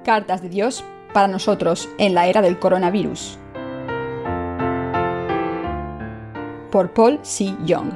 Cartas de Dios para nosotros en la era del coronavirus. Por Paul C. Young.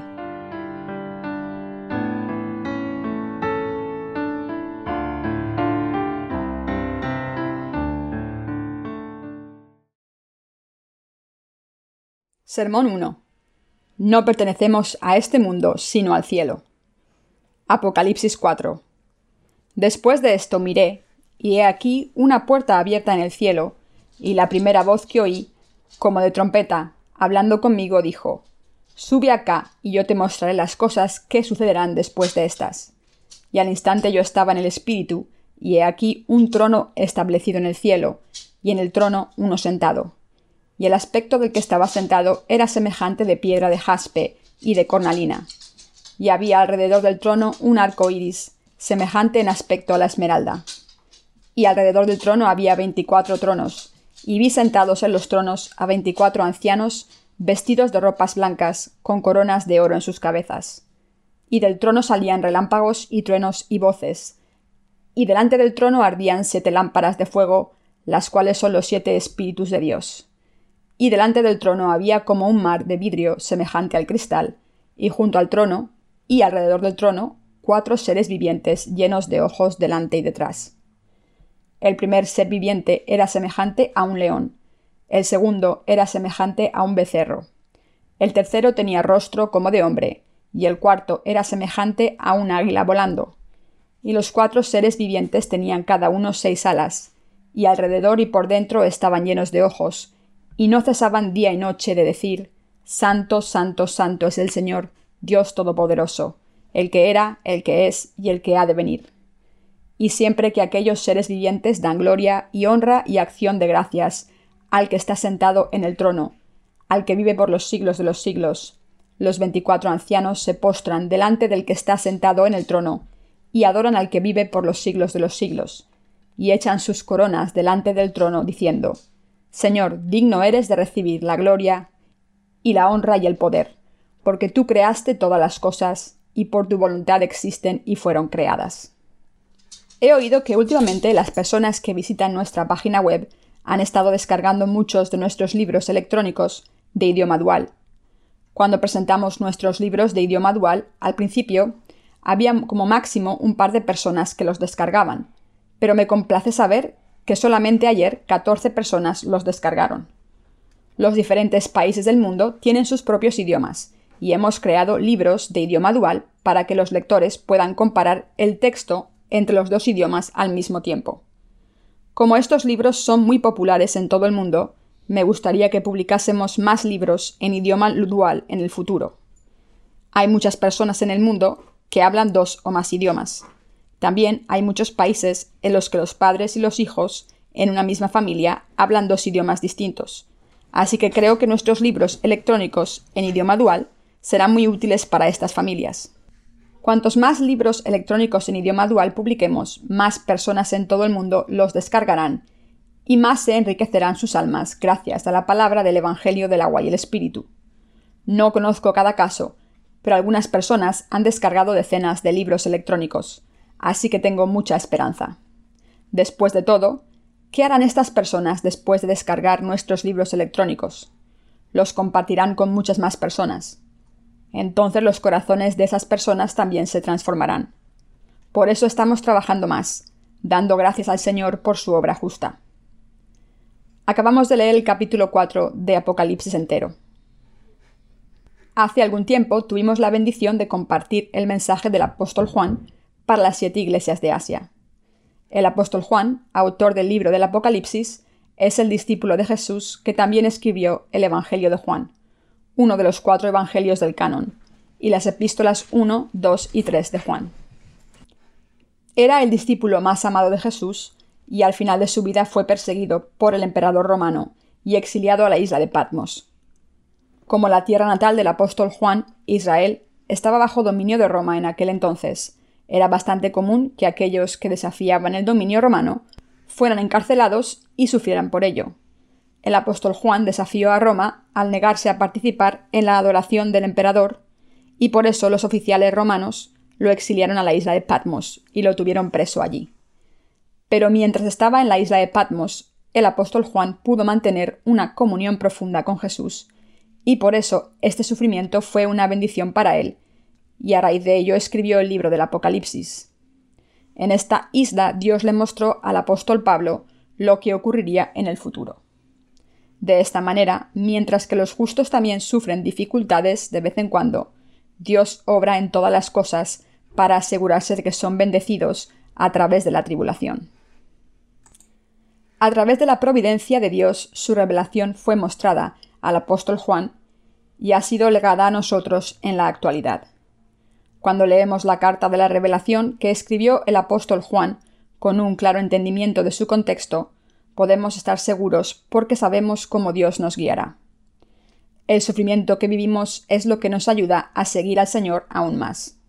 Sermón 1. No pertenecemos a este mundo, sino al cielo. Apocalipsis 4. Después de esto miré, y he aquí una puerta abierta en el cielo, y la primera voz que oí, como de trompeta, hablando conmigo, dijo: Sube acá, y yo te mostraré las cosas que sucederán después de estas. Y al instante yo estaba en el Espíritu, y he aquí un trono establecido en el cielo, y en el trono uno sentado. Y el aspecto del que estaba sentado era semejante de piedra de jaspe y de cornalina. Y había alrededor del trono un arco iris, semejante en aspecto a la esmeralda. Y alrededor del trono había 24 tronos, y vi sentados en los tronos a 24 ancianos, vestidos de ropas blancas, con coronas de oro en sus cabezas. Y del trono salían relámpagos y truenos y voces. Y delante del trono ardían 7 lámparas de fuego, las cuales son los 7 espíritus de Dios. Y delante del trono había como un mar de vidrio semejante al cristal, y junto al trono, y alrededor del trono, 4 seres vivientes llenos de ojos delante y detrás. El primer ser viviente era semejante a un león, el segundo era semejante a un becerro, el tercero tenía rostro como de hombre, y el cuarto era semejante a un águila volando. Y los 4 seres vivientes tenían cada uno 6 alas, y alrededor y por dentro estaban llenos de ojos, y no cesaban día y noche de decir: Santo, santo, santo es el Señor, Dios Todopoderoso, el que era, el que es y el que ha de venir. Y siempre que aquellos seres vivientes dan gloria y honra y acción de gracias al que está sentado en el trono, al que vive por los siglos de los siglos, los 24 ancianos se postran delante del que está sentado en el trono, y adoran al que vive por los siglos de los siglos, y echan sus coronas delante del trono, diciendo: Señor, digno eres de recibir la gloria y la honra y el poder, porque tú creaste todas las cosas, y por tu voluntad existen y fueron creadas. He oído que últimamente las personas que visitan nuestra página web han estado descargando muchos de nuestros libros electrónicos de idioma dual. Cuando presentamos nuestros libros de idioma dual, al principio había como máximo un par de personas que los descargaban, pero me complace saber que solamente ayer 14 personas los descargaron. Los diferentes países del mundo tienen sus propios idiomas, y hemos creado libros de idioma dual para que los lectores puedan comparar el texto entre los 2 idiomas al mismo tiempo. Como estos libros son muy populares en todo el mundo, me gustaría que publicásemos más libros en idioma dual en el futuro. Hay muchas personas en el mundo que hablan 2 o más idiomas. También hay muchos países en los que los padres y los hijos en una misma familia hablan 2 idiomas distintos. Así que creo que nuestros libros electrónicos en idioma dual serán muy útiles para estas familias. Cuantos más libros electrónicos en idioma dual publiquemos, más personas en todo el mundo los descargarán y más se enriquecerán sus almas gracias a la palabra del Evangelio del agua y el Espíritu. No conozco cada caso, pero algunas personas han descargado decenas de libros electrónicos, así que tengo mucha esperanza. Después de todo, ¿qué harán estas personas después de descargar nuestros libros electrónicos? Los compartirán con muchas más personas. Entonces los corazones de esas personas también se transformarán. Por eso estamos trabajando más, dando gracias al Señor por su obra justa. Acabamos de leer el capítulo 4 de Apocalipsis entero. Hace algún tiempo tuvimos la bendición de compartir el mensaje del apóstol Juan para las 7 iglesias de Asia. El apóstol Juan, autor del libro del Apocalipsis, es el discípulo de Jesús que también escribió el Evangelio de Juan, uno de los 4 evangelios del canon, y las epístolas 1, 2 y 3 de Juan. Era el discípulo más amado de Jesús, y al final de su vida fue perseguido por el emperador romano y exiliado a la isla de Patmos. Como la tierra natal del apóstol Juan, Israel, estaba bajo dominio de Roma en aquel entonces, era bastante común que aquellos que desafiaban el dominio romano fueran encarcelados y sufrieran por ello. El apóstol Juan desafió a Roma al negarse a participar en la adoración del emperador, y por eso los oficiales romanos lo exiliaron a la isla de Patmos y lo tuvieron preso allí. Pero mientras estaba en la isla de Patmos, el apóstol Juan pudo mantener una comunión profunda con Jesús, y por eso este sufrimiento fue una bendición para él, y a raíz de ello escribió el libro del Apocalipsis. En esta isla Dios le mostró al apóstol Pablo lo que ocurriría en el futuro. De esta manera, mientras que los justos también sufren dificultades de vez en cuando, Dios obra en todas las cosas para asegurarse de que son bendecidos a través de la tribulación. A través de la providencia de Dios, su revelación fue mostrada al apóstol Juan y ha sido legada a nosotros en la actualidad. Cuando leemos la carta de la revelación que escribió el apóstol Juan, con un claro entendimiento de su contexto, podemos estar seguros porque sabemos cómo Dios nos guiará. El sufrimiento que vivimos es lo que nos ayuda a seguir al Señor aún más.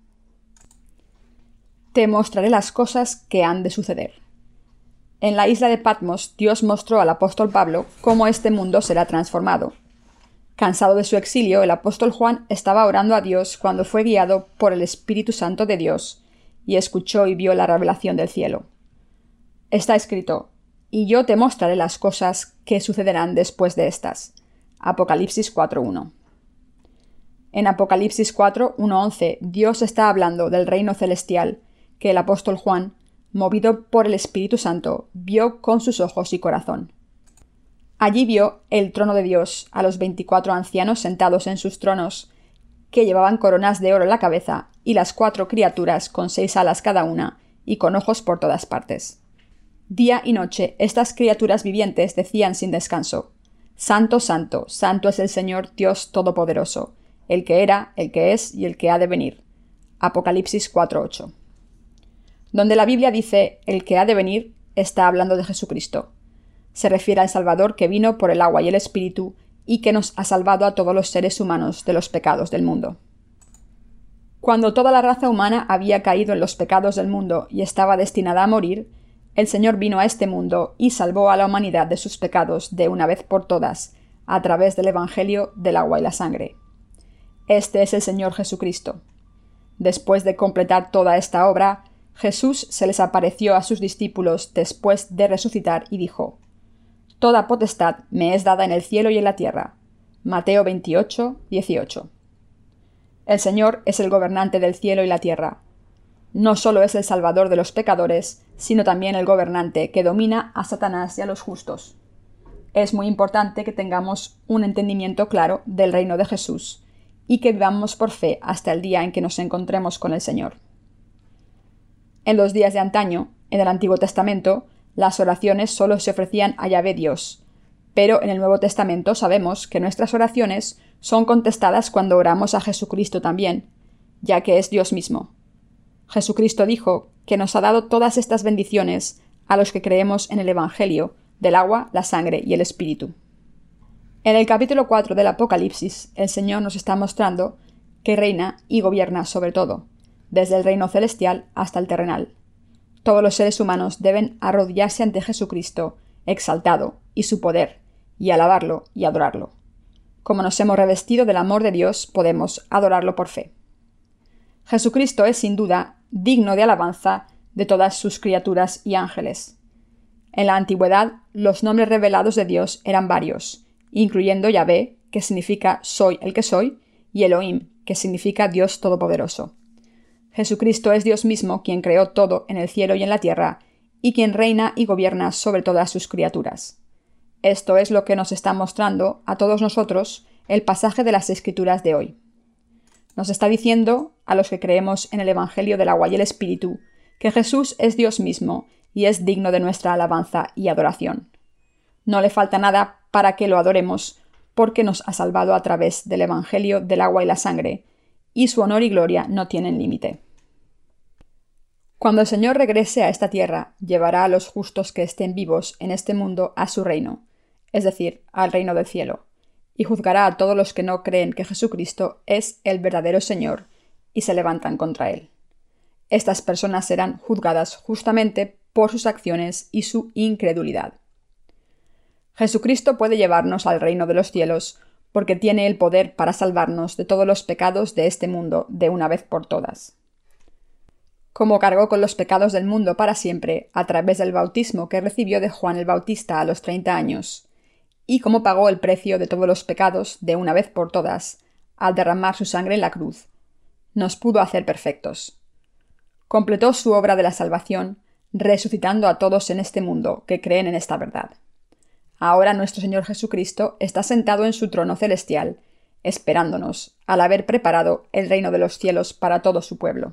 Te mostraré las cosas que han de suceder. En la isla de Patmos, Dios mostró al apóstol Pablo cómo este mundo será transformado. Cansado de su exilio, el apóstol Juan estaba orando a Dios cuando fue guiado por el Espíritu Santo de Dios y escuchó y vio la revelación del cielo. Está escrito: «Y yo te mostraré las cosas que sucederán después de estas». Apocalipsis 4:1. En Apocalipsis 4:1-11, Dios está hablando del reino celestial que el apóstol Juan, movido por el Espíritu Santo, vio con sus ojos y corazón. Allí vio el trono de Dios, a los 24 ancianos sentados en sus tronos, que llevaban coronas de oro en la cabeza, y las 4 criaturas con 6 alas cada una, y con ojos por todas partes. Día y noche estas criaturas vivientes decían sin descanso: «Santo, santo, santo es el Señor Dios Todopoderoso, el que era, el que es y el que ha de venir». Apocalipsis 4:8. Donde la Biblia dice «el que ha de venir», está hablando de Jesucristo. Se refiere al Salvador que vino por el agua y el Espíritu y que nos ha salvado a todos los seres humanos de los pecados del mundo. Cuando toda la raza humana había caído en los pecados del mundo y estaba destinada a morir, el Señor vino a este mundo y salvó a la humanidad de sus pecados de una vez por todas, a través del Evangelio del agua y la sangre. Este es el Señor Jesucristo. Después de completar toda esta obra, Jesús se les apareció a sus discípulos después de resucitar y dijo: «Toda potestad me es dada en el cielo y en la tierra». Mateo 28:18. El Señor es el gobernante del cielo y la tierra. No solo es el Salvador de los pecadores, sino también el gobernante que domina a Satanás y a los justos. Es muy importante que tengamos un entendimiento claro del reino de Jesús y que vivamos por fe hasta el día en que nos encontremos con el Señor. En los días de antaño, en el Antiguo Testamento, las oraciones solo se ofrecían a Yahvé Dios, pero en el Nuevo Testamento sabemos que nuestras oraciones son contestadas cuando oramos a Jesucristo también, ya que es Dios mismo. Jesucristo dijo que nos ha dado todas estas bendiciones a los que creemos en el Evangelio del agua, la sangre y el Espíritu. En el capítulo 4 del Apocalipsis, el Señor nos está mostrando que reina y gobierna sobre todo, desde el reino celestial hasta el terrenal. Todos los seres humanos deben arrodillarse ante Jesucristo, exaltado, y su poder, y alabarlo y adorarlo. Como nos hemos revestido del amor de Dios, podemos adorarlo por fe. Jesucristo es, sin duda, digno de alabanza de todas sus criaturas y ángeles. En la antigüedad, los nombres revelados de Dios eran varios, incluyendo Yahvé, que significa «soy el que soy», y Elohim, que significa Dios Todopoderoso. Jesucristo es Dios mismo quien creó todo en el cielo y en la tierra, y quien reina y gobierna sobre todas sus criaturas. Esto es lo que nos está mostrando a todos nosotros el pasaje de las Escrituras de hoy. Nos está diciendo, a los que creemos en el Evangelio del agua y el Espíritu, que Jesús es Dios mismo y es digno de nuestra alabanza y adoración. No le falta nada para que lo adoremos, porque nos ha salvado a través del Evangelio del agua y la sangre, y su honor y gloria no tienen límite. Cuando el Señor regrese a esta tierra, llevará a los justos que estén vivos en este mundo a su reino, es decir, al reino del cielo, y juzgará a todos los que no creen que Jesucristo es el verdadero Señor y se levantan contra él. Estas personas serán juzgadas justamente por sus acciones y su incredulidad. Jesucristo puede llevarnos al reino de los cielos porque tiene el poder para salvarnos de todos los pecados de este mundo de una vez por todas. cómo cargó con los pecados del mundo para siempre a través del bautismo que recibió de Juan el Bautista a los 30 años, y cómo pagó el precio de todos los pecados de una vez por todas, al derramar su sangre en la cruz, nos pudo hacer perfectos. Completó su obra de la salvación, resucitando a todos en este mundo que creen en esta verdad. Ahora nuestro Señor Jesucristo está sentado en su trono celestial, esperándonos, al haber preparado el reino de los cielos para todo su pueblo.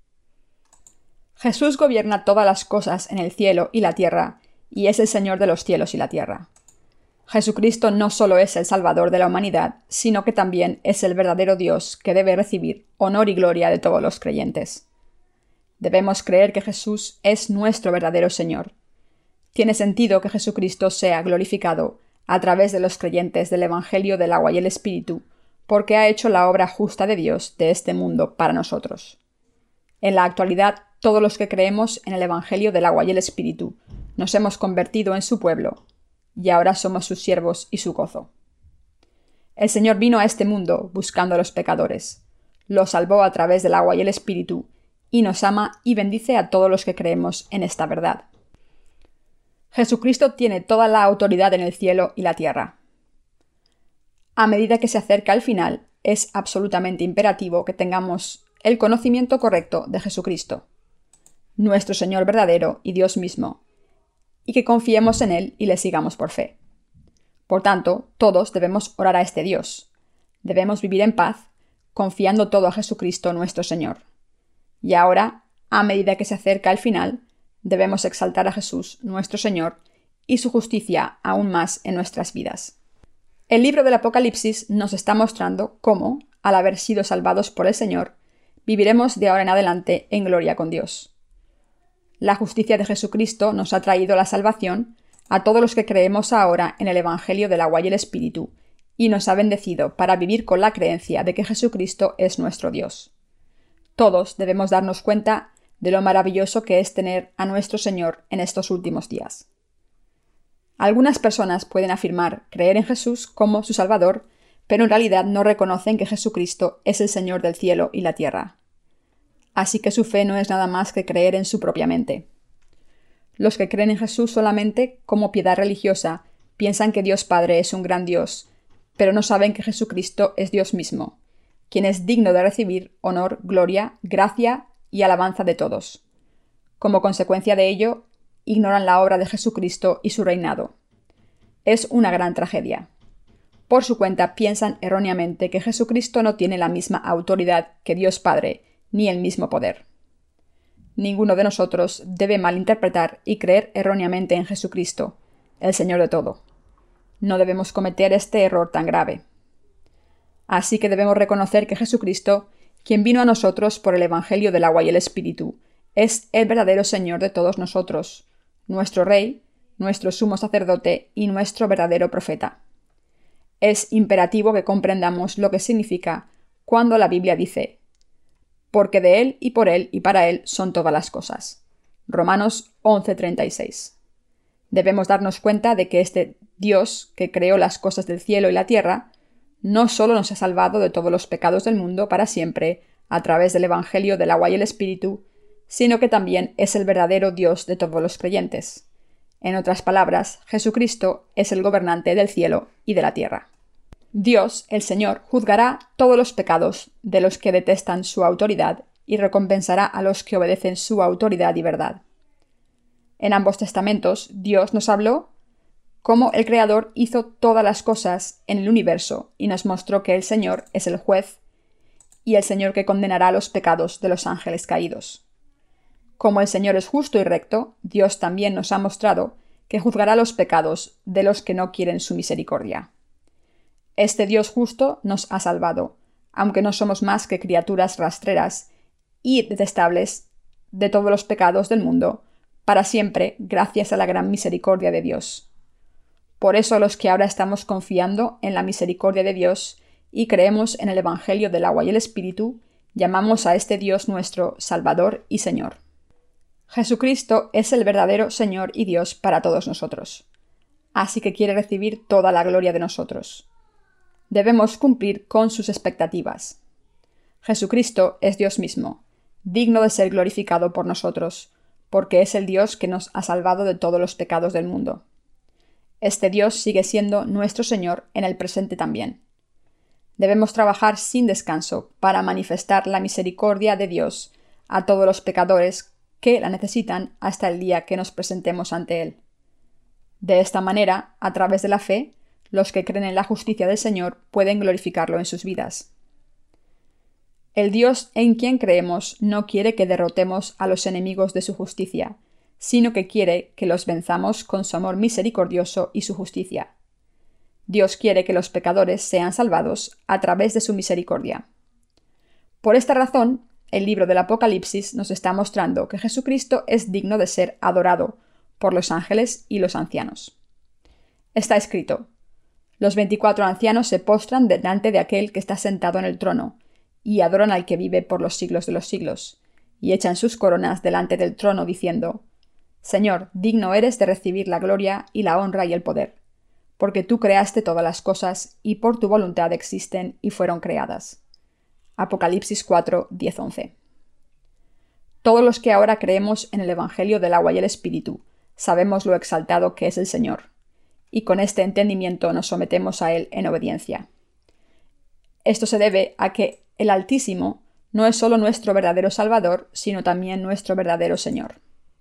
Jesús gobierna todas las cosas en el cielo y la tierra, y es el Señor de los cielos y la tierra. Jesucristo no solo es el Salvador de la humanidad, sino que también es el verdadero Dios que debe recibir honor y gloria de todos los creyentes. Debemos creer que Jesús es nuestro verdadero Señor. Tiene sentido que Jesucristo sea glorificado a través de los creyentes del Evangelio del agua y el Espíritu, porque ha hecho la obra justa de Dios de este mundo para nosotros. En la actualidad, todos los que creemos en el Evangelio del agua y el Espíritu nos hemos convertido en su pueblo, y ahora somos sus siervos y su gozo. El Señor vino a este mundo buscando a los pecadores, los salvó a través del agua y el Espíritu, y nos ama y bendice a todos los que creemos en esta verdad. Jesucristo tiene toda la autoridad en el cielo y la tierra. A medida que se acerca el final, es absolutamente imperativo que tengamos el conocimiento correcto de Jesucristo, nuestro Señor verdadero y Dios mismo, y que confiemos en Él y le sigamos por fe. Por tanto, todos debemos orar a este Dios. Debemos vivir en paz, confiando todo a Jesucristo nuestro Señor. Y ahora, a medida que se acerca el final, debemos exaltar a Jesús nuestro Señor y su justicia aún más en nuestras vidas. El libro del Apocalipsis nos está mostrando cómo, al haber sido salvados por el Señor, viviremos de ahora en adelante en gloria con Dios. La justicia de Jesucristo nos ha traído la salvación a todos los que creemos ahora en el Evangelio del agua y el Espíritu, y nos ha bendecido para vivir con la creencia de que Jesucristo es nuestro Dios. Todos debemos darnos cuenta de lo maravilloso que es tener a nuestro Señor en estos últimos días. Algunas personas pueden afirmar creer en Jesús como su Salvador, pero en realidad no reconocen que Jesucristo es el Señor del cielo y la tierra. Así que su fe no es nada más que creer en su propia mente. Los que creen en Jesús solamente como piedad religiosa piensan que Dios Padre es un gran Dios, pero no saben que Jesucristo es Dios mismo, quien es digno de recibir honor, gloria, gracia y alabanza de todos. Como consecuencia de ello, ignoran la obra de Jesucristo y su reinado. Es una gran tragedia. Por su cuenta piensan erróneamente que Jesucristo no tiene la misma autoridad que Dios Padre, ni el mismo poder. Ninguno de nosotros debe malinterpretar y creer erróneamente en Jesucristo, el Señor de todo. No debemos cometer este error tan grave. Así que debemos reconocer que Jesucristo, quien vino a nosotros por el Evangelio del agua y el Espíritu, es el verdadero Señor de todos nosotros, nuestro Rey, nuestro sumo sacerdote y nuestro verdadero profeta. Es imperativo que comprendamos lo que significa cuando la Biblia dice: porque de Él y por Él y para Él son todas las cosas. Romanos 11:36. Debemos darnos cuenta de que este Dios, que creó las cosas del cielo y la tierra, no solo nos ha salvado de todos los pecados del mundo para siempre a través del Evangelio del agua y el Espíritu, sino que también es el verdadero Dios de todos los creyentes. En otras palabras, Jesucristo es el gobernante del cielo y de la tierra. Dios, el Señor, juzgará todos los pecados de los que detestan su autoridad y recompensará a los que obedecen su autoridad y verdad. En ambos testamentos, Dios nos habló cómo el Creador hizo todas las cosas en el universo y nos mostró que el Señor es el juez y el Señor que condenará los pecados de los ángeles caídos. Como el Señor es justo y recto, Dios también nos ha mostrado que juzgará los pecados de los que no quieren su misericordia. Este Dios justo nos ha salvado, aunque no somos más que criaturas rastreras y detestables de todos los pecados del mundo, para siempre, gracias a la gran misericordia de Dios. Por eso los que ahora estamos confiando en la misericordia de Dios y creemos en el Evangelio del agua y el Espíritu, llamamos a este Dios nuestro Salvador y Señor. Jesucristo es el verdadero Señor y Dios para todos nosotros, así que quiere recibir toda la gloria de nosotros. Debemos cumplir con sus expectativas. Jesucristo es Dios mismo, digno de ser glorificado por nosotros, porque es el Dios que nos ha salvado de todos los pecados del mundo. Este Dios sigue siendo nuestro Señor en el presente también. Debemos trabajar sin descanso para manifestar la misericordia de Dios a todos los pecadores que la necesitan hasta el día que nos presentemos ante Él. De esta manera, a través de la fe, los que creen en la justicia del Señor pueden glorificarlo en sus vidas. El Dios en quien creemos no quiere que derrotemos a los enemigos de su justicia, sino que quiere que los venzamos con su amor misericordioso y su justicia. Dios quiere que los pecadores sean salvados a través de su misericordia. Por esta razón, el libro del Apocalipsis nos está mostrando que Jesucristo es digno de ser adorado por los ángeles y los ancianos. Está escrito: los 24 ancianos se postran delante de aquel que está sentado en el trono, y adoran al que vive por los siglos de los siglos, y echan sus coronas delante del trono, diciendo: Señor, digno eres de recibir la gloria y la honra y el poder, porque tú creaste todas las cosas, y por tu voluntad existen y fueron creadas. Apocalipsis 4, 10, 11. Todos los que ahora creemos en el Evangelio del agua y el Espíritu, sabemos lo exaltado que es el Señor, y con este entendimiento nos sometemos a Él en obediencia. Esto se debe a que el Altísimo no es solo nuestro verdadero Salvador, sino también nuestro verdadero Señor.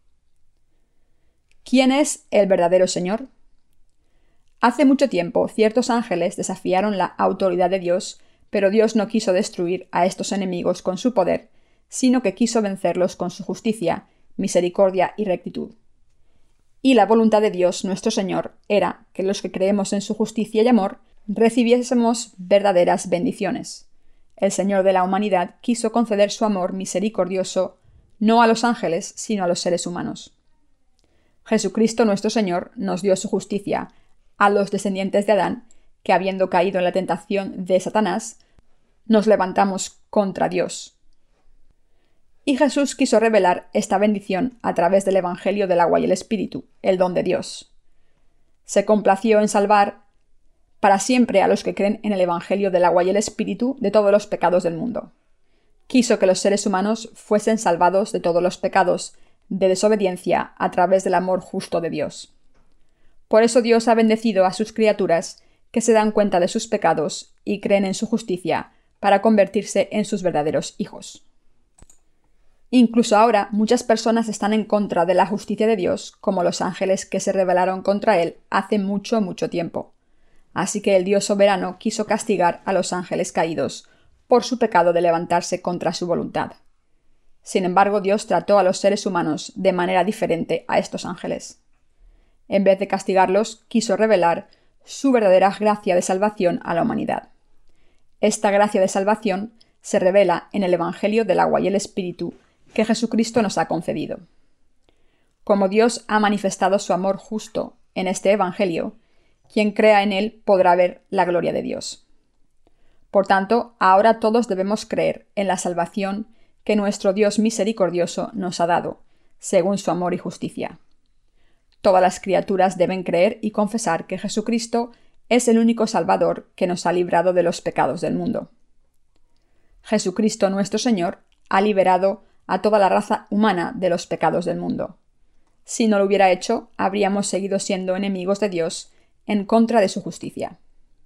¿Quién es el verdadero Señor? Hace mucho tiempo, ciertos ángeles desafiaron la autoridad de Dios, pero Dios no quiso destruir a estos enemigos con su poder, sino que quiso vencerlos con su justicia, misericordia y rectitud. Y la voluntad de Dios nuestro Señor era que los que creemos en su justicia y amor recibiésemos verdaderas bendiciones. El Señor de la humanidad quiso conceder su amor misericordioso no a los ángeles, sino a los seres humanos. Jesucristo nuestro Señor nos dio su justicia a los descendientes de Adán, que habiendo caído en la tentación de Satanás, nos levantamos contra Dios. Y Jesús quiso revelar esta bendición a través del Evangelio del agua y el Espíritu, el don de Dios. Se complació en salvar para siempre a los que creen en el Evangelio del agua y el Espíritu de todos los pecados del mundo. Quiso que los seres humanos fuesen salvados de todos los pecados de desobediencia a través del amor justo de Dios. Por eso Dios ha bendecido a sus criaturas que se dan cuenta de sus pecados y creen en su justicia para convertirse en sus verdaderos hijos. Incluso ahora muchas personas están en contra de la justicia de Dios, como los ángeles que se rebelaron contra él hace mucho, mucho tiempo. Así que el Dios soberano quiso castigar a los ángeles caídos por su pecado de levantarse contra su voluntad. Sin embargo, Dios trató a los seres humanos de manera diferente a estos ángeles. En vez de castigarlos, quiso revelar su verdadera gracia de salvación a la humanidad. Esta gracia de salvación se revela en el Evangelio del agua y el Espíritu que Jesucristo nos ha concedido. Como Dios ha manifestado su amor justo en este Evangelio, quien crea en él podrá ver la gloria de Dios. Por tanto, ahora todos debemos creer en la salvación que nuestro Dios misericordioso nos ha dado, según su amor y justicia. Todas las criaturas deben creer y confesar que Jesucristo es el único Salvador que nos ha librado de los pecados del mundo. Jesucristo nuestro Señor ha liberado a toda la raza humana de los pecados del mundo. Si no lo hubiera hecho, habríamos seguido siendo enemigos de Dios en contra de su justicia.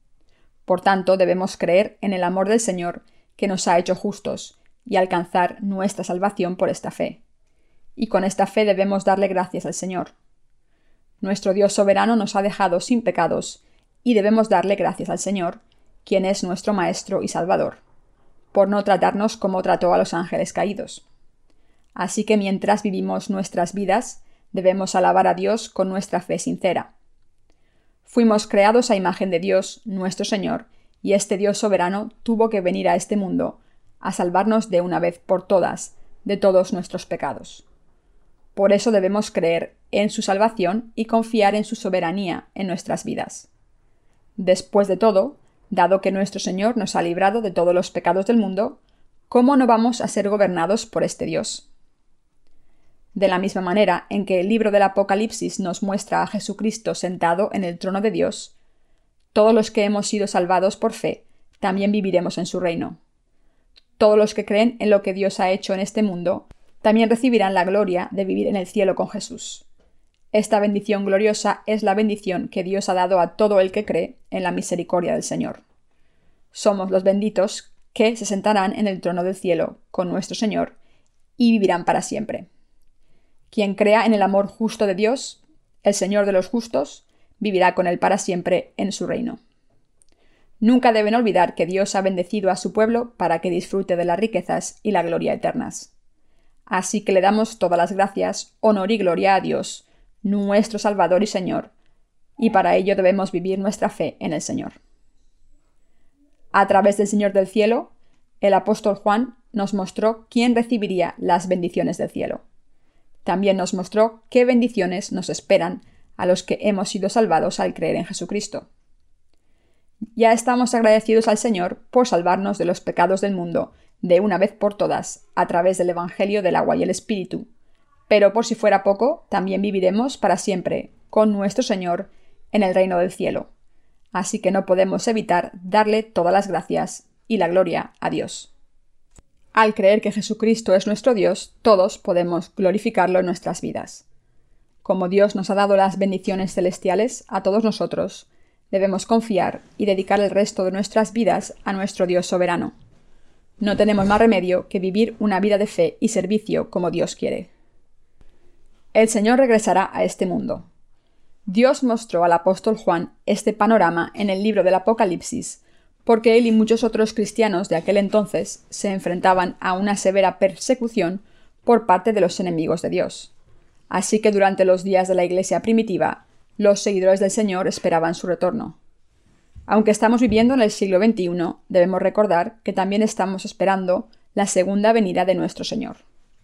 Por tanto, debemos creer en el amor del Señor que nos ha hecho justos y alcanzar nuestra salvación por esta fe. Y con esta fe debemos darle gracias al Señor. Nuestro Dios soberano nos ha dejado sin pecados y debemos darle gracias al Señor, quien es nuestro Maestro y Salvador, por no tratarnos como trató a los ángeles caídos. Así que mientras vivimos nuestras vidas, debemos alabar a Dios con nuestra fe sincera. Fuimos creados a imagen de Dios, nuestro Señor, y este Dios soberano tuvo que venir a este mundo a salvarnos de una vez por todas de todos nuestros pecados. Por eso debemos creer en su salvación y confiar en su soberanía en nuestras vidas. Después de todo, dado que nuestro Señor nos ha librado de todos los pecados del mundo, ¿cómo no vamos a ser gobernados por este Dios? De la misma manera en que el libro del Apocalipsis nos muestra a Jesucristo sentado en el trono de Dios, todos los que hemos sido salvados por fe también viviremos en su reino. todos los que creen en lo que Dios ha hecho en este mundo también recibirán la gloria de vivir en el cielo con Jesús. Esta bendición gloriosa es la bendición que Dios ha dado a todo el que cree en la misericordia del Señor. Somos los benditos que se sentarán en el trono del cielo con nuestro Señor y vivirán para siempre. Quien crea en el amor justo de Dios, el Señor de los justos, vivirá con él para siempre en su reino. Nunca deben olvidar que Dios ha bendecido a su pueblo para que disfrute de las riquezas y la gloria eternas. Así que le damos todas las gracias, honor y gloria a Dios, nuestro Salvador y Señor, y para ello debemos vivir nuestra fe en el Señor. A través del Señor del cielo, el apóstol Juan nos mostró quién recibiría las bendiciones del cielo. También nos mostró qué bendiciones nos esperan a los que hemos sido salvados al creer en Jesucristo. Ya estamos agradecidos al Señor por salvarnos de los pecados del mundo de una vez por todas a través del Evangelio del agua y el Espíritu, pero por si fuera poco, también viviremos para siempre con nuestro Señor en el reino del cielo. Así que no podemos evitar darle todas las gracias y la gloria a Dios. Al creer que Jesucristo es nuestro Dios, todos podemos glorificarlo en nuestras vidas. Como Dios nos ha dado las bendiciones celestiales a todos nosotros, debemos confiar y dedicar el resto de nuestras vidas a nuestro Dios soberano. No tenemos más remedio que vivir una vida de fe y servicio como Dios quiere. El Señor regresará a este mundo. Dios mostró al apóstol Juan este panorama en el libro del Apocalipsis, porque él y muchos otros cristianos de aquel entonces se enfrentaban a una severa persecución por parte de los enemigos de Dios. Así que durante los días de la Iglesia primitiva, los seguidores del Señor esperaban su retorno. Aunque estamos viviendo en el siglo XXI, debemos recordar que también estamos esperando la segunda venida de nuestro Señor.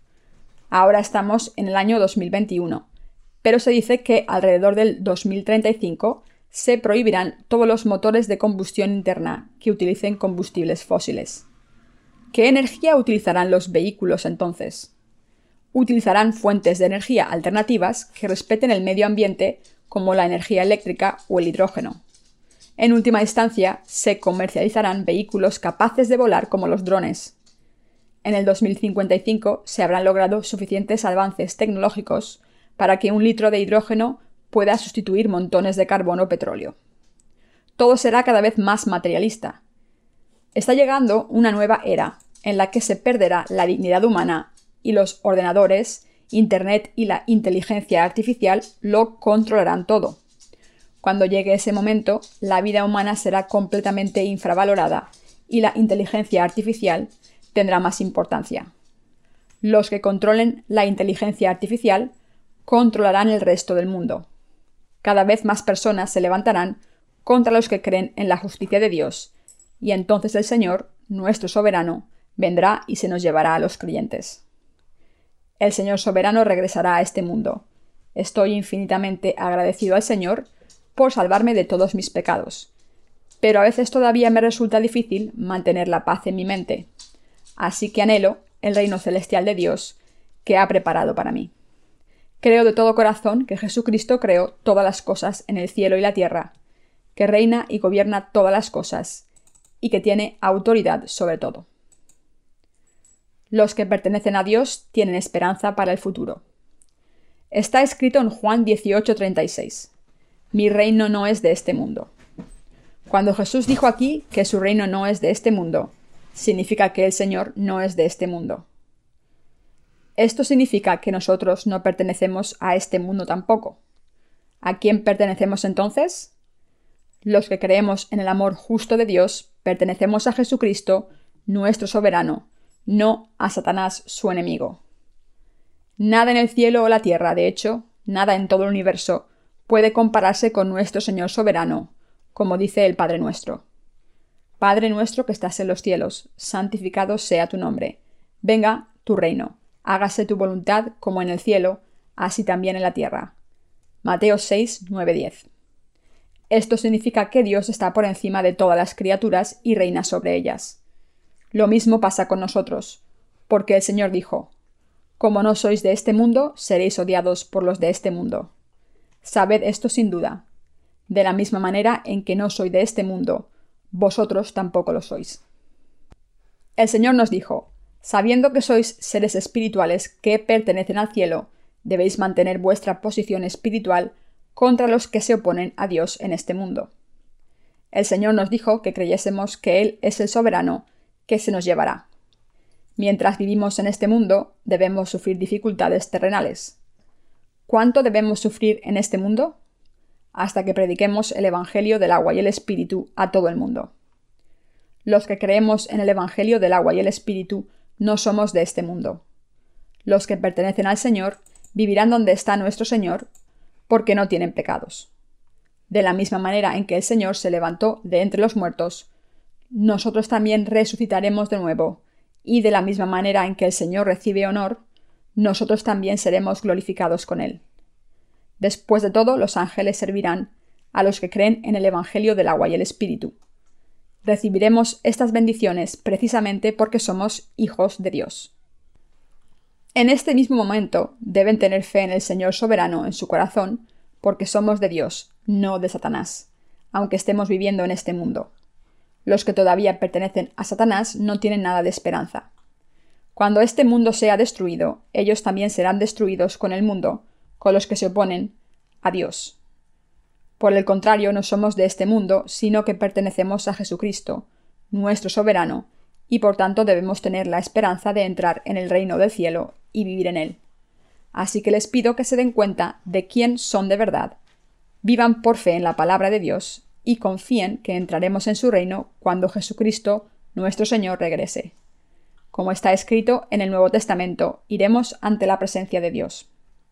Ahora estamos en el año 2021, pero se dice que alrededor del 2035 se prohibirán todos los motores de combustión interna que utilicen combustibles fósiles. ¿Qué energía utilizarán los vehículos entonces? Utilizarán fuentes de energía alternativas que respeten el medio ambiente, como la energía eléctrica o el hidrógeno. En última instancia, se comercializarán vehículos capaces de volar como los drones. En el 2055 se habrán logrado suficientes avances tecnológicos para que 1 litro de hidrógeno pueda sustituir montones de carbón o petróleo. Todo será cada vez más materialista. Está llegando una nueva era en la que se perderá la dignidad humana y los ordenadores, Internet y la inteligencia artificial lo controlarán todo. Cuando llegue ese momento, la vida humana será completamente infravalorada y la inteligencia artificial tendrá más importancia. Los que controlen la inteligencia artificial controlarán el resto del mundo. Cada vez más personas se levantarán contra los que creen en la justicia de Dios, y entonces el Señor, nuestro soberano, vendrá y se nos llevará a los creyentes. El Señor soberano regresará a este mundo. Estoy infinitamente agradecido al Señor por salvarme de todos mis pecados, pero a veces todavía me resulta difícil mantener la paz en mi mente, así que anhelo el reino celestial de Dios que ha preparado para mí. Creo de todo corazón que Jesucristo creó todas las cosas en el cielo y la tierra, que reina y gobierna todas las cosas, y que tiene autoridad sobre todo. Los que pertenecen a Dios tienen esperanza para el futuro. Está escrito en Juan 18:36. Mi reino no es de este mundo. Cuando Jesús dijo aquí que su reino no es de este mundo, significa que el Señor no es de este mundo. Esto significa que nosotros no pertenecemos a este mundo tampoco. ¿A quién pertenecemos entonces? Los que creemos en el amor justo de Dios pertenecemos a Jesucristo, nuestro soberano, no a Satanás, su enemigo. Nada en el cielo o la tierra, de hecho, nada en todo el universo, puede compararse con nuestro Señor soberano, como dice el Padre nuestro. Padre nuestro que estás en los cielos, santificado sea tu nombre. Venga tu reino. Hágase tu voluntad como en el cielo, así también en la tierra. Mateo 6, 9, 10. Esto significa que Dios está por encima de todas las criaturas y reina sobre ellas. Lo mismo pasa con nosotros, porque el Señor dijo: Como no sois de este mundo, seréis odiados por los de este mundo. Sabed esto sin duda. De la misma manera en que no soy de este mundo, vosotros tampoco lo sois. El Señor nos dijo: sabiendo que sois seres espirituales que pertenecen al cielo, debéis mantener vuestra posición espiritual contra los que se oponen a Dios en este mundo. El Señor nos dijo que creyésemos que Él es el soberano que se nos llevará. Mientras vivimos en este mundo, debemos sufrir dificultades terrenales. ¿Cuánto debemos sufrir en este mundo? Hasta que prediquemos el Evangelio del agua y el Espíritu a todo el mundo. Los que creemos en el Evangelio del agua y el Espíritu no somos de este mundo. Los que pertenecen al Señor vivirán donde está nuestro Señor, porque no tienen pecados. De la misma manera en que el Señor se levantó de entre los muertos, nosotros también resucitaremos de nuevo, y de la misma manera en que el Señor recibe honor, nosotros también seremos glorificados con Él. Después de todo, los ángeles servirán a los que creen en el Evangelio del agua y el Espíritu. Recibiremos estas bendiciones precisamente porque somos hijos de Dios. En este mismo momento deben tener fe en el Señor soberano en su corazón, porque somos de Dios, no de Satanás, aunque estemos viviendo en este mundo. Los que todavía pertenecen a Satanás no tienen nada de esperanza. Cuando este mundo sea destruido, ellos también serán destruidos con el mundo, con los que se oponen a Dios. Por el contrario, no somos de este mundo, sino que pertenecemos a Jesucristo, nuestro soberano, y por tanto debemos tener la esperanza de entrar en el reino del cielo y vivir en él. Así que les pido que se den cuenta de quién son de verdad, vivan por fe en la palabra de Dios y confíen que entraremos en su reino cuando Jesucristo, nuestro Señor, regrese. Como está escrito en el Nuevo Testamento, iremos ante la presencia de Dios.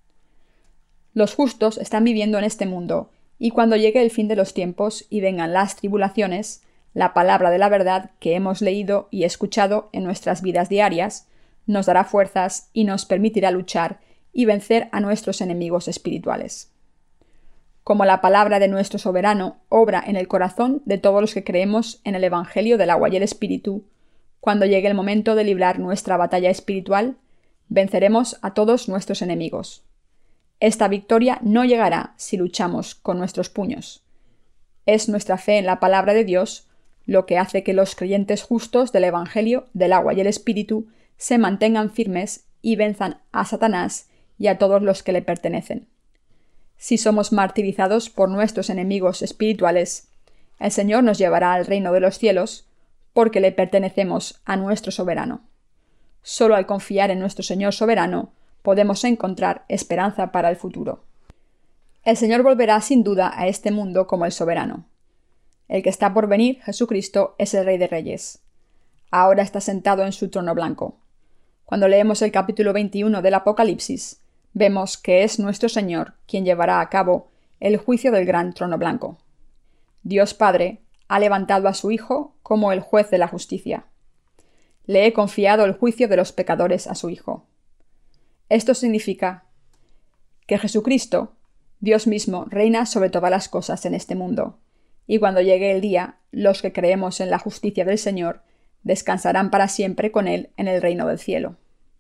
Los justos están viviendo en este mundo, y cuando llegue el fin de los tiempos y vengan las tribulaciones, la palabra de la verdad que hemos leído y escuchado en nuestras vidas diarias nos dará fuerzas y nos permitirá luchar y vencer a nuestros enemigos espirituales. Como la palabra de nuestro soberano obra en el corazón de todos los que creemos en el Evangelio del agua y el Espíritu, cuando llegue el momento de librar nuestra batalla espiritual, venceremos a todos nuestros enemigos. Esta victoria no llegará si luchamos con nuestros puños. Es nuestra fe en la palabra de Dios lo que hace que los creyentes justos del Evangelio del agua y el Espíritu se mantengan firmes y venzan a Satanás y a todos los que le pertenecen. Si somos martirizados por nuestros enemigos espirituales, el Señor nos llevará al reino de los cielos porque le pertenecemos a nuestro soberano. Solo al confiar en nuestro Señor soberano podemos encontrar esperanza para el futuro. El Señor volverá sin duda a este mundo como el soberano. El que está por venir, Jesucristo, es el Rey de Reyes. Ahora está sentado en su trono blanco. Cuando leemos el capítulo 21 del Apocalipsis, vemos que es nuestro Señor quien llevará a cabo el juicio del gran trono blanco. Dios Padre ha levantado a su Hijo como el juez de la justicia. Le he confiado el juicio de los pecadores a su Hijo. Esto significa que Jesucristo, Dios mismo, reina sobre todas las cosas en este mundo, y cuando llegue el día, los que creemos en la justicia del Señor descansarán para siempre con Él en el reino del cielo.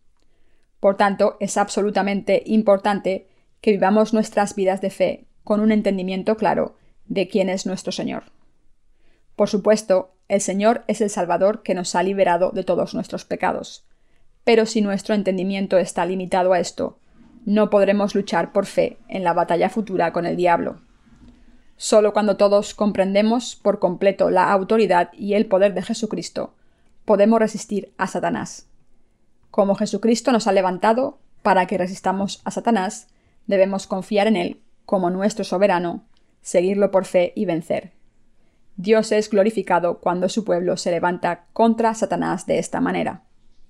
Por tanto, es absolutamente importante que vivamos nuestras vidas de fe con un entendimiento claro de quién es nuestro Señor. Por supuesto, el Señor es el Salvador que nos ha liberado de todos nuestros pecados. Pero si nuestro entendimiento está limitado a esto, no podremos luchar por fe en la batalla futura con el diablo. Solo cuando todos comprendemos por completo la autoridad y el poder de Jesucristo, podemos resistir a Satanás. Como Jesucristo nos ha levantado para que resistamos a Satanás, debemos confiar en Él como nuestro soberano, seguirlo por fe y vencer. Dios es glorificado cuando su pueblo se levanta contra Satanás de esta manera.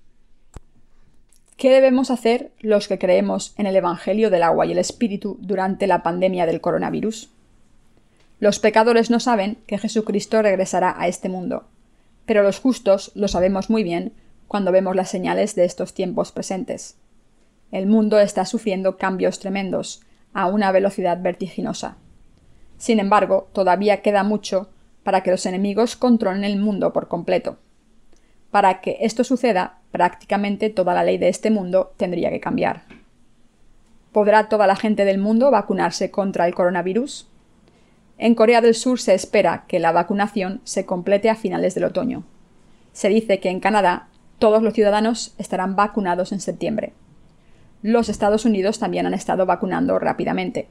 ¿Qué debemos hacer los que creemos en el Evangelio del agua y el Espíritu durante la pandemia del coronavirus? Los pecadores no saben que Jesucristo regresará a este mundo, pero los justos lo sabemos muy bien cuando vemos las señales de estos tiempos presentes. El mundo está sufriendo cambios tremendos, a una velocidad vertiginosa. Sin embargo, todavía queda mucho para que los enemigos controlen el mundo por completo. Para que esto suceda, prácticamente toda la ley de este mundo tendría que cambiar. ¿Podrá toda la gente del mundo vacunarse contra el coronavirus? En Corea del Sur se espera que la vacunación se complete a finales del otoño. Se dice que en Canadá todos los ciudadanos estarán vacunados en septiembre. Los Estados Unidos también han estado vacunando rápidamente.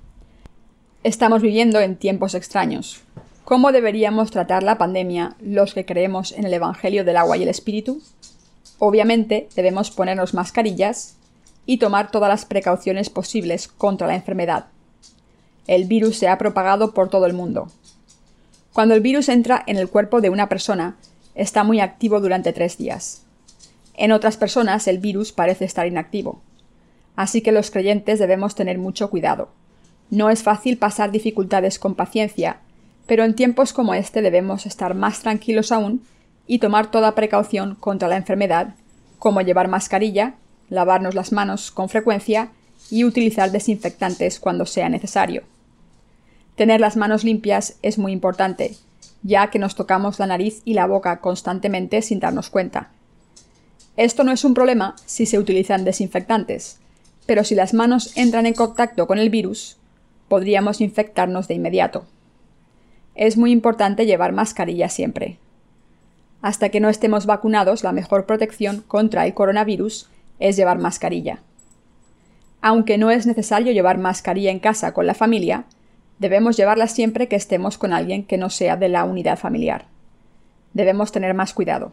Estamos viviendo en tiempos extraños. ¿Cómo deberíamos tratar la pandemia los que creemos en el Evangelio del agua y el Espíritu? Obviamente debemos ponernos mascarillas y tomar todas las precauciones posibles contra la enfermedad. El virus se ha propagado por todo el mundo. Cuando el virus entra en el cuerpo de una persona, está muy activo durante 3 días. En otras personas el virus parece estar inactivo. Así que los creyentes debemos tener mucho cuidado. No es fácil pasar dificultades con paciencia, pero en tiempos como este debemos estar más tranquilos aún y tomar toda precaución contra la enfermedad, como llevar mascarilla, lavarnos las manos con frecuencia y utilizar desinfectantes cuando sea necesario. Tener las manos limpias es muy importante, ya que nos tocamos la nariz y la boca constantemente sin darnos cuenta. Esto no es un problema si se utilizan desinfectantes, pero si las manos entran en contacto con el virus, podríamos infectarnos de inmediato. Es muy importante llevar mascarilla siempre. Hasta que no estemos vacunados, la mejor protección contra el coronavirus es llevar mascarilla. Aunque no es necesario llevar mascarilla en casa con la familia, debemos llevarla siempre que estemos con alguien que no sea de la unidad familiar. Debemos tener más cuidado.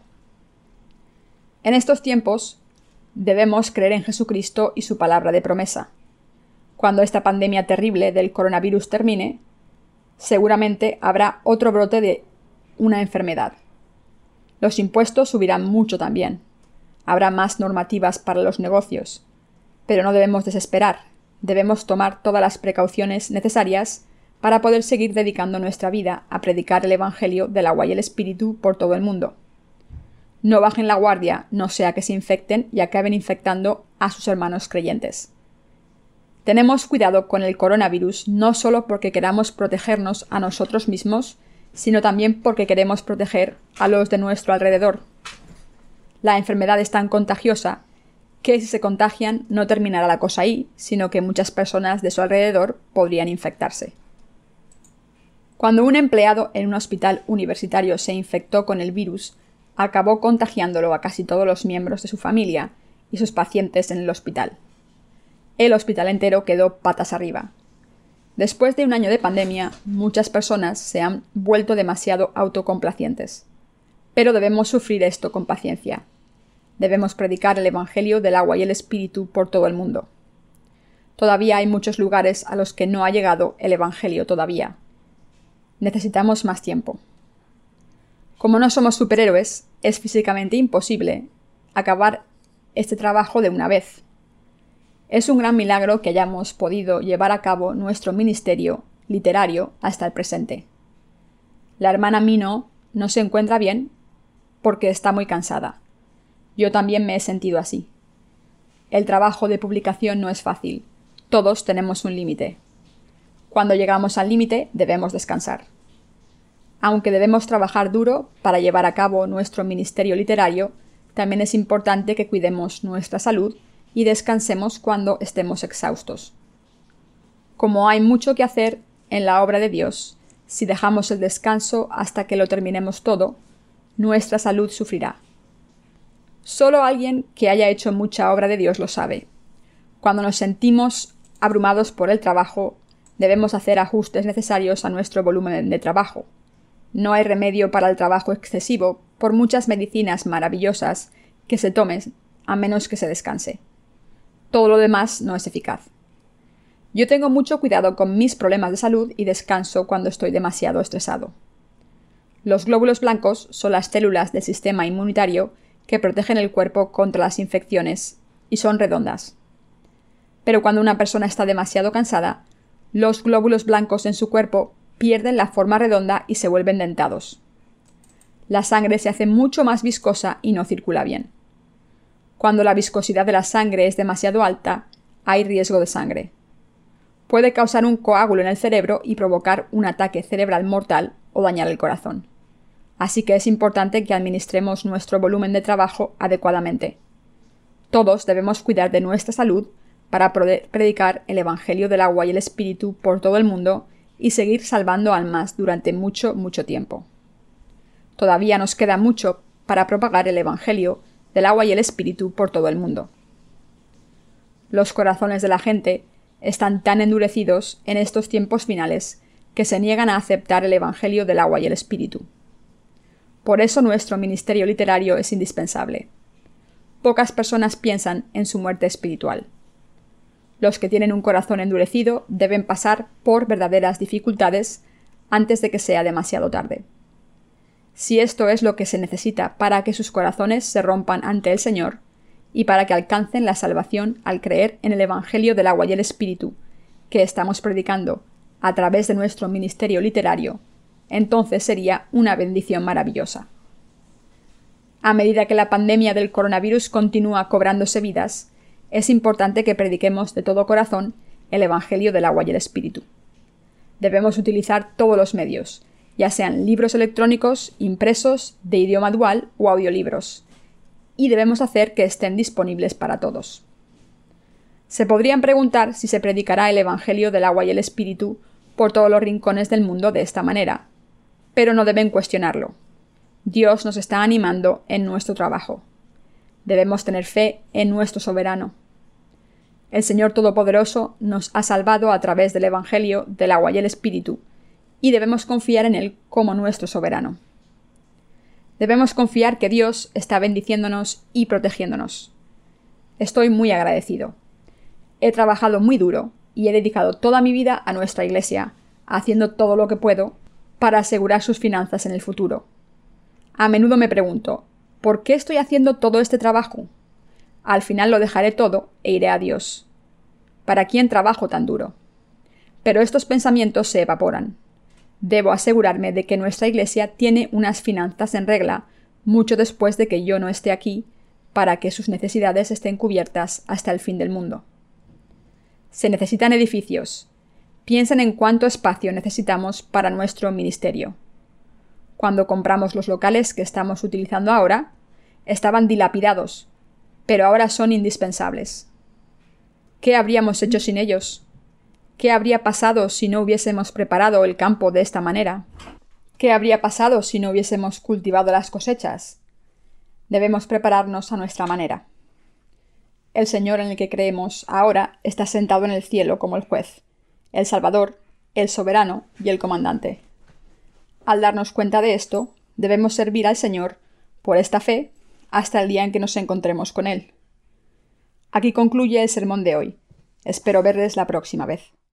En estos tiempos, debemos creer en Jesucristo y su palabra de promesa. Cuando esta pandemia terrible del coronavirus termine, seguramente habrá otro brote de una enfermedad. Los impuestos subirán mucho también. Habrá más normativas para los negocios. Pero no debemos desesperar. Debemos tomar todas las precauciones necesarias para poder seguir dedicando nuestra vida a predicar el Evangelio del agua y el Espíritu por todo el mundo. No bajen la guardia, no sea que se infecten y acaben infectando a sus hermanos creyentes. Tenemos cuidado con el coronavirus no solo porque queramos protegernos a nosotros mismos, sino también porque queremos proteger a los de nuestro alrededor. La enfermedad es tan contagiosa que si se contagian no terminará la cosa ahí, sino que muchas personas de su alrededor podrían infectarse. Cuando un empleado en un hospital universitario se infectó con el virus, acabó contagiándolo a casi todos los miembros de su familia y sus pacientes en el hospital. El hospital entero quedó patas arriba. Después de un año de pandemia, muchas personas se han vuelto demasiado autocomplacientes. Pero debemos sufrir esto con paciencia. Debemos predicar el Evangelio del agua y el Espíritu por todo el mundo. Todavía hay muchos lugares a los que no ha llegado el Evangelio todavía. Necesitamos más tiempo. Como no somos superhéroes, es físicamente imposible acabar este trabajo de una vez. Es un gran milagro que hayamos podido llevar a cabo nuestro ministerio literario hasta el presente. La hermana Mino no se encuentra bien porque está muy cansada. Yo también me he sentido así. El trabajo de publicación no es fácil. Todos tenemos un límite. Cuando llegamos al límite, debemos descansar. Aunque debemos trabajar duro para llevar a cabo nuestro ministerio literario, también es importante que cuidemos nuestra salud y descansemos cuando estemos exhaustos. Como hay mucho que hacer en la obra de Dios, si dejamos el descanso hasta que lo terminemos todo, nuestra salud sufrirá. Solo alguien que haya hecho mucha obra de Dios lo sabe. Cuando nos sentimos abrumados por el trabajo, debemos hacer ajustes necesarios a nuestro volumen de trabajo. No hay remedio para el trabajo excesivo, por muchas medicinas maravillosas que se tomen, a menos que se descanse. Todo lo demás no es eficaz. Yo tengo mucho cuidado con mis problemas de salud y descanso cuando estoy demasiado estresado. Los glóbulos blancos son las células del sistema inmunitario que protegen el cuerpo contra las infecciones y son redondas. Pero cuando una persona está demasiado cansada, los glóbulos blancos en su cuerpo pierden la forma redonda y se vuelven dentados. La sangre se hace mucho más viscosa y no circula bien. Cuando la viscosidad de la sangre es demasiado alta, hay riesgo de sangre. Puede causar un coágulo en el cerebro y provocar un ataque cerebral mortal o dañar el corazón. Así que es importante que administremos nuestro volumen de trabajo adecuadamente. Todos debemos cuidar de nuestra salud para poder predicar el Evangelio del agua y el Espíritu por todo el mundo y seguir salvando almas durante mucho, mucho tiempo. Todavía nos queda mucho para propagar el Evangelio del agua y el Espíritu por todo el mundo. Los corazones de la gente están tan endurecidos en estos tiempos finales que se niegan a aceptar el Evangelio del agua y el Espíritu. Por eso nuestro ministerio literario es indispensable. Pocas personas piensan en su muerte espiritual. Los que tienen un corazón endurecido deben pasar por verdaderas dificultades antes de que sea demasiado tarde. Si esto es lo que se necesita para que sus corazones se rompan ante el Señor y para que alcancen la salvación al creer en el Evangelio del agua y el Espíritu que estamos predicando a través de nuestro ministerio literario, entonces sería una bendición maravillosa. A medida que la pandemia del coronavirus continúa cobrándose vidas, es importante que prediquemos de todo corazón el Evangelio del agua y el Espíritu. Debemos utilizar todos los medios, ya sean libros electrónicos, impresos, de idioma dual o audiolibros, y debemos hacer que estén disponibles para todos. Se podrían preguntar si se predicará el Evangelio del agua y el Espíritu por todos los rincones del mundo de esta manera, pero no deben cuestionarlo. Dios nos está animando en nuestro trabajo. Debemos tener fe en nuestro soberano. El Señor Todopoderoso nos ha salvado a través del Evangelio del agua y el Espíritu, y debemos confiar en Él como nuestro soberano. Debemos confiar que Dios está bendiciéndonos y protegiéndonos. Estoy muy agradecido. He trabajado muy duro y he dedicado toda mi vida a nuestra Iglesia, haciendo todo lo que puedo para asegurar sus finanzas en el futuro. A menudo me pregunto, ¿por qué estoy haciendo todo este trabajo? Al final lo dejaré todo e iré a Dios. ¿Para quién trabajo tan duro? Pero estos pensamientos se evaporan. Debo asegurarme de que nuestra Iglesia tiene unas finanzas en regla mucho después de que yo no esté aquí, para que sus necesidades estén cubiertas hasta el fin del mundo. Se necesitan edificios. Piensen en cuánto espacio necesitamos para nuestro ministerio. Cuando compramos los locales que estamos utilizando ahora, estaban dilapidados, pero ahora son indispensables. ¿Qué habríamos hecho sin ellos? ¿Qué habría pasado si no hubiésemos preparado el campo de esta manera? ¿Qué habría pasado si no hubiésemos cultivado las cosechas? Debemos prepararnos a nuestra manera. El Señor en el que creemos ahora está sentado en el cielo como el juez, el Salvador, el soberano y el comandante. Al darnos cuenta de esto, debemos servir al Señor por esta fe hasta el día en que nos encontremos con Él. Aquí concluye el sermón de hoy. Espero verles la próxima vez.